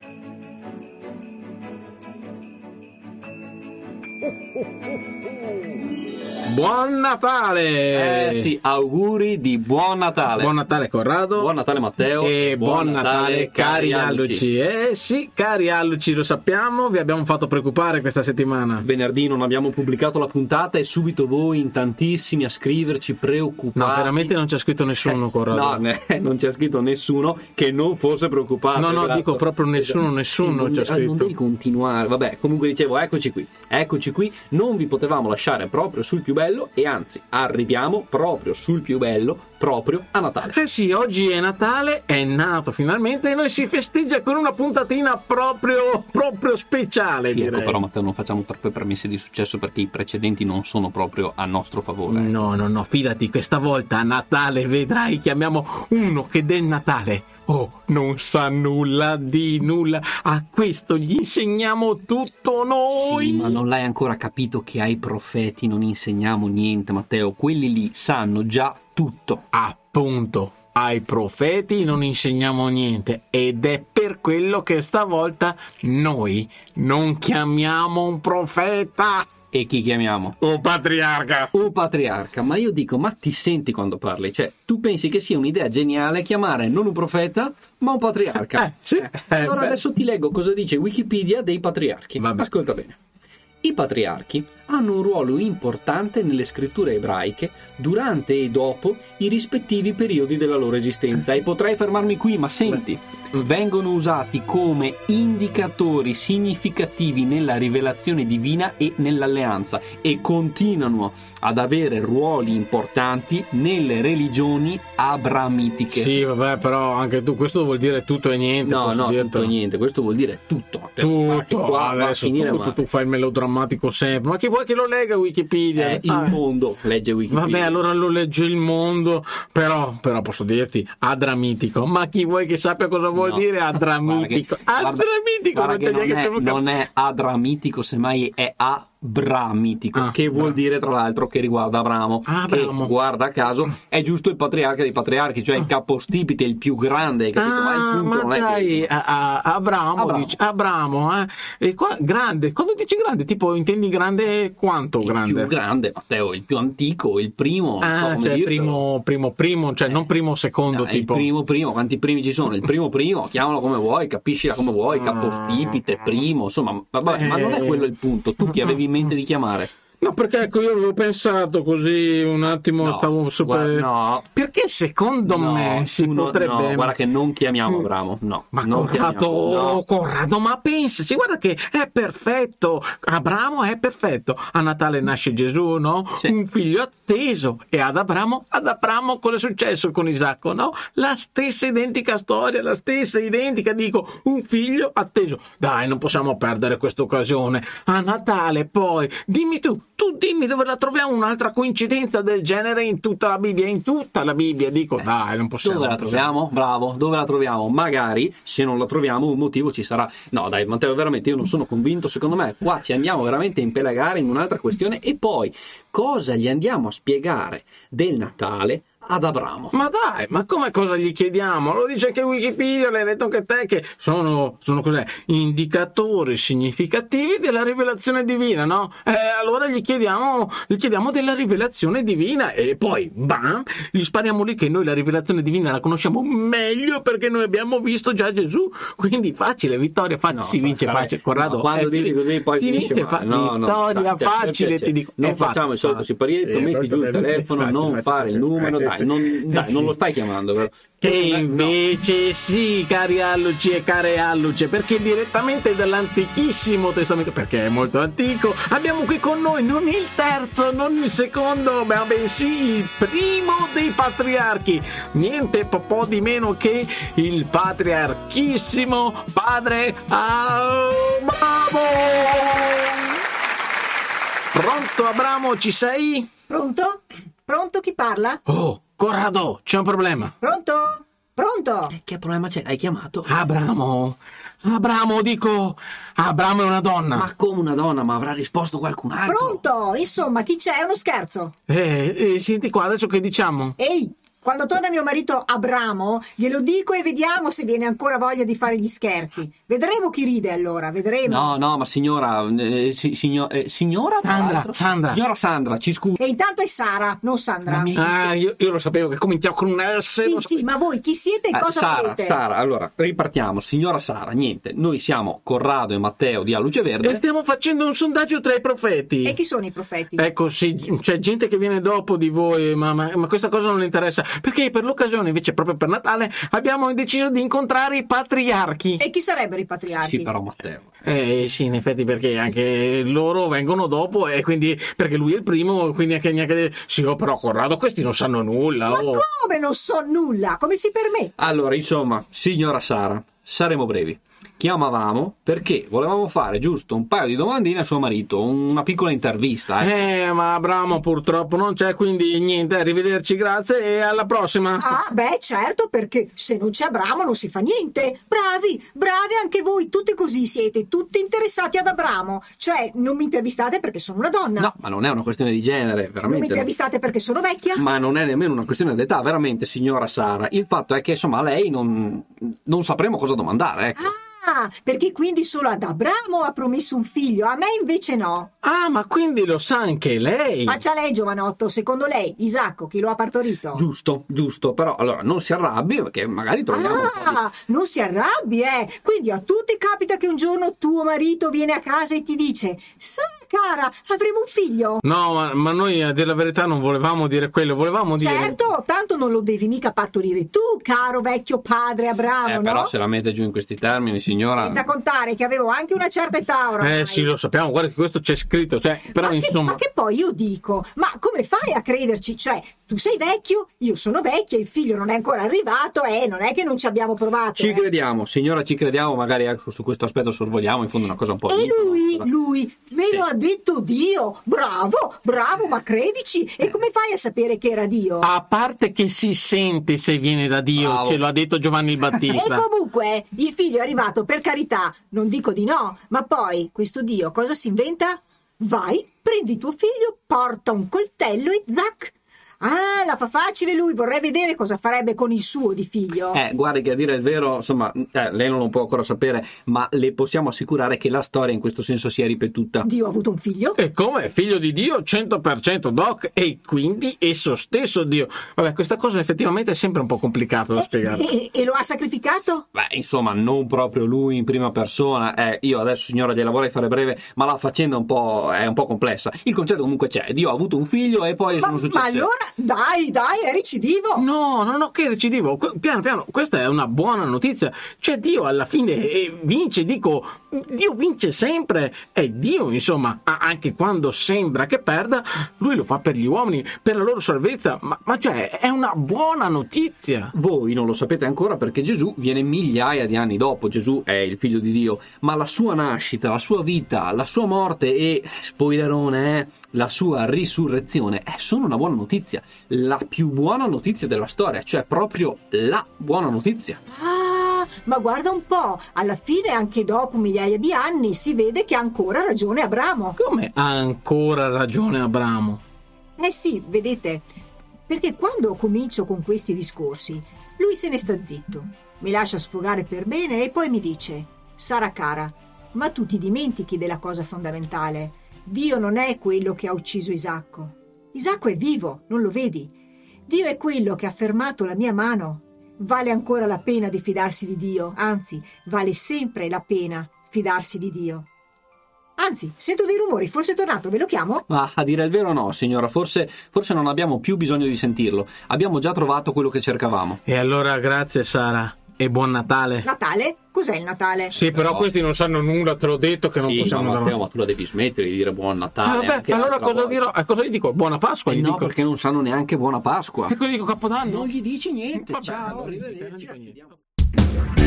Buon Natale! Sì, auguri di buon Natale. Buon Natale Corrado. Buon Natale Matteo. E buon Natale cari alluci. Sì, cari alluci, lo sappiamo, vi abbiamo fatto preoccupare questa settimana. Venerdì non abbiamo pubblicato la puntata e subito voi in tantissimi a scriverci preoccupati. No, veramente non c'è scritto nessuno, Corrado. No, non c'è scritto nessuno che non fosse preoccupato. No, esatto. Dico proprio nessuno sì, c'è scritto. Non devi continuare. Vabbè, comunque dicevo, eccoci qui. Non vi potevamo lasciare proprio sul più bello e anzi, arriviamo proprio sul più bello, proprio a Natale. Sì, oggi è Natale, è nato finalmente e noi si festeggia con una puntatina proprio speciale, Sì, direi. ecco, però Matteo, non facciamo troppe premesse di successo perché i precedenti non sono proprio a nostro favore. No, fidati, questa volta a Natale vedrai, chiamiamo uno che del Natale non sa nulla di nulla. A questo gli insegniamo tutto noi. Sì, ma non l'hai ancora capito che ai profeti non insegniamo niente, Matteo. Quelli lì sanno già tutto. Appunto, ai profeti non insegniamo niente ed è per quello che stavolta noi non chiamiamo un profeta. E chi chiamiamo? Un patriarca. Un patriarca. Ma io dico, ma ti senti quando parli? Cioè, tu pensi che sia un'idea geniale chiamare non un profeta, ma un patriarca? Sì. Allora adesso ti leggo cosa dice Wikipedia dei patriarchi. Vabbè. Ascolta bene. I patriarchi hanno un ruolo importante nelle scritture ebraiche durante e dopo i rispettivi periodi della loro esistenza. E potrei fermarmi qui, ma senti, vengono usati come indicatori significativi nella rivelazione divina e nell'alleanza e continuano ad avere ruoli importanti nelle religioni abramitiche. Sì, vabbè, però anche tu, questo vuol dire tutto e niente. No, tutto e niente, questo vuol dire tutto. Qua adesso tu fai il melodrammatico sempre. Ma chi vuoi che lo legga Wikipedia? Il mondo legge Wikipedia. Vabbè, allora lo legge il mondo, però posso dirti adramitico. Ma chi vuoi che sappia cosa vuol dire adramitico? Non è adramitico, semmai è abramitico, che vuol dire tra l'altro che riguarda Abramo, che guarda caso è giusto il patriarca dei patriarchi, cioè il capostipite, il più grande, capito? Ma il punto non dai, è che Abramo. Dice Abramo, e qua grande, quando dici grande, tipo intendi grande quanto grande? Il più grande, Matteo, il più antico, il primo, non so come dirtelo. primo, cioè non primo secondo, tipo il primo, quanti primi ci sono? Il primo, chiamalo come vuoi, capiscila come vuoi, capostipite, primo, insomma, vabbè, ma non è quello il punto. Tu chi avevi in mente di chiamare? No, perché ecco, io avevo pensato così un attimo, stavo super... Perché secondo me si potrebbe... No, guarda che non chiamiamo Abramo, Ma Corrado, ma pensaci, guarda che è perfetto, Abramo è perfetto. A Natale nasce Gesù, no? Sì. Un figlio atteso. E ad Abramo cosa è successo con Isacco, no? La stessa identica storia, la stessa identica, dico, un figlio atteso. Dai, non possiamo perdere questa occasione. A Natale poi, dimmi tu dimmi dove la troviamo un'altra coincidenza del genere in tutta la Bibbia, dico, dai, non possiamo. Dove la troviamo? Bravo, dove la troviamo? Magari, se non la troviamo, un motivo ci sarà. No, dai, Matteo, veramente io non sono convinto, secondo me qua ci andiamo veramente a impelegare in un'altra questione. E poi, cosa gli andiamo a spiegare del Natale ad Abramo? Ma dai, ma come cosa gli chiediamo? Lo dice anche Wikipedia, l'hai detto anche te, che sono cos'è? Indicatori significativi della rivelazione divina, no? Allora gli chiediamo della rivelazione divina e poi, bam, gli spariamo lì che noi la rivelazione divina la conosciamo meglio perché noi abbiamo visto già Gesù, quindi facile, vittoria facile, si vince facile, Corrado. Quando dici così poi finisce vittoria facile, ti dico. Non facciamo il solito siparietto, metti giù il telefono, non fare il numero, non lo stai chiamando, vero? E invece sì, cari alluci e care alluce, perché direttamente dall'antichissimo testamento, perché è molto antico, abbiamo qui con noi non il terzo, non il secondo, ma bensì il primo dei patriarchi, niente po' di meno che il patriarchissimo padre Abramo. Pronto Abramo, ci sei? Pronto? Pronto, chi parla? Oh, Corrado, c'è un problema. Pronto? Pronto? Che problema c'è? L'hai chiamato? Abramo, dico, Abramo è una donna. Ma come una donna? Ma avrà risposto qualcun altro? Pronto? Insomma, chi c'è? È uno scherzo. Senti qua, adesso che diciamo? Ehi, Quando torna mio marito Abramo, glielo dico e vediamo se viene ancora voglia di fare gli scherzi. Vedremo chi ride allora, vedremo. No, ma signora, signora Sandra. Signora Sandra, ci scusi. E intanto è Sara, non Sandra. Io lo sapevo che cominciava con un S. Sì, ma voi chi siete e cosa volete? Sara, allora, ripartiamo. Signora Sara, niente, noi siamo Corrado e Matteo di A Luce Verde. E stiamo facendo un sondaggio tra i profeti. E chi sono i profeti? Ecco, sì, c'è gente che viene dopo di voi, ma questa cosa non le interessa, perché per l'occasione, invece proprio per Natale, abbiamo deciso di incontrare i patriarchi. E chi sarebbero i patriarchi? Sì, però Matteo. Sì, in effetti, perché anche loro vengono dopo, e quindi perché lui è il primo, quindi anche neanche. Sì, però Corrado, questi non sanno nulla. Ma come non so nulla? Come si permette? Allora, insomma, signora Sara, saremo brevi. Chiamavamo perché volevamo fare giusto un paio di domandine a suo marito, una piccola intervista. Ma Abramo purtroppo non c'è, quindi niente, arrivederci, grazie e alla prossima. Ah, beh, certo, perché se non c'è Abramo non si fa niente. Bravi anche voi, tutti così siete, tutti interessati ad Abramo. Cioè, non mi intervistate perché sono una donna. No, ma non è una questione di genere, veramente. Non mi intervistate perché sono vecchia. Ma non è nemmeno una questione d'età, veramente, signora Sara. Il fatto è che, insomma, a lei non sapremo cosa domandare, ecco. Ah, perché quindi solo ad Abramo ha promesso un figlio, a me invece no. Ah, ma quindi lo sa anche lei? Faccia lei, giovanotto, secondo lei Isacco chi lo ha partorito? Giusto, però allora non si arrabbi perché magari troviamo un po' non si arrabbi, quindi a tutti capita che un giorno tuo marito viene a casa e ti dice: sai cara, avremo un figlio. No, ma noi a dire la verità non volevamo dire quello, volevamo dire. Certo, tanto non lo devi mica partorire tu, caro vecchio padre Abramo, no? Però se la mette giù in questi termini, signora. Senza contare che avevo anche una certa età oramai. Sì, lo sappiamo, guarda che questo c'è scritto, cioè, però insomma. Ma che poi io dico, ma come fai a crederci? Cioè, tu sei vecchio, io sono vecchia, il figlio non è ancora arrivato, non è che non ci abbiamo provato. Ci crediamo, signora, ci crediamo, magari ecco, su questo aspetto sorvoliamo, in fondo è una cosa un po'. E lui, me lo ha detto Dio, bravo, ma credici? E come fai a sapere che era Dio? A parte che si sente se viene da Dio, bravo. Ce lo ha detto Giovanni il Battista. E comunque, il figlio è arrivato, per carità, non dico di no, ma poi questo Dio cosa si inventa? Vai, prendi tuo figlio, porta un coltello e zac! Ah, la fa facile lui, vorrei vedere cosa farebbe con il suo di figlio. Guardi che a dire il vero, insomma, lei non lo può ancora sapere, ma le possiamo assicurare che la storia in questo senso si è ripetuta. Dio ha avuto un figlio? E come? Figlio di Dio 100% Doc, e quindi esso stesso Dio. Vabbè, questa cosa effettivamente è sempre un po' complicata da spiegare. E lo ha sacrificato? Beh, insomma, non proprio lui in prima persona. Io adesso, signora, gliela vorrei fare breve, ma la faccenda è un po' complessa. Il concetto comunque c'è. Dio ha avuto un figlio e poi sono successe. Ma allora, dai, è recidivo. No, che recidivo. Piano, questa è una buona notizia. Cioè, Dio alla fine vince, Dio vince sempre. È Dio, insomma, anche quando sembra che perda, lui lo fa per gli uomini, per la loro salvezza. Ma cioè, è una buona notizia. Voi non lo sapete ancora perché Gesù viene migliaia di anni dopo. Gesù è il figlio di Dio, ma la sua nascita, la sua vita, la sua morte e, spoilerone, la sua risurrezione sono una buona notizia, la più buona notizia della storia, cioè proprio la buona notizia. Ah, ma guarda un po', alla fine anche dopo migliaia di anni si vede che ha ancora ragione Abramo. Come ha ancora ragione Abramo? Sì, vedete, perché quando comincio con questi discorsi, lui se ne sta zitto, mi lascia sfogare per bene e poi mi dice: Sara cara, ma tu ti dimentichi della cosa fondamentale. Dio non è quello che ha ucciso Isacco. Isacco è vivo, non lo vedi? Dio è quello che ha fermato la mia mano. Vale ancora la pena di fidarsi di Dio, anzi, vale sempre la pena fidarsi di Dio. Anzi, sento dei rumori, forse è tornato, ve lo chiamo? Ma a dire il vero no, signora, forse non abbiamo più bisogno di sentirlo. Abbiamo già trovato quello che cercavamo. E allora grazie Sara. E buon Natale. Natale? Cos'è il Natale? Sì, però questi non sanno nulla, te l'ho detto che non possiamo dare. Ma tu la devi smettere di dire buon Natale. Vabbè, allora cosa dirò? Cosa gli dico? Buona Pasqua? No, perché non sanno neanche buona Pasqua. E cosa gli dico? Capodanno? Non gli dici niente. Vabbè, Ciao, allora, arrivederci. niente.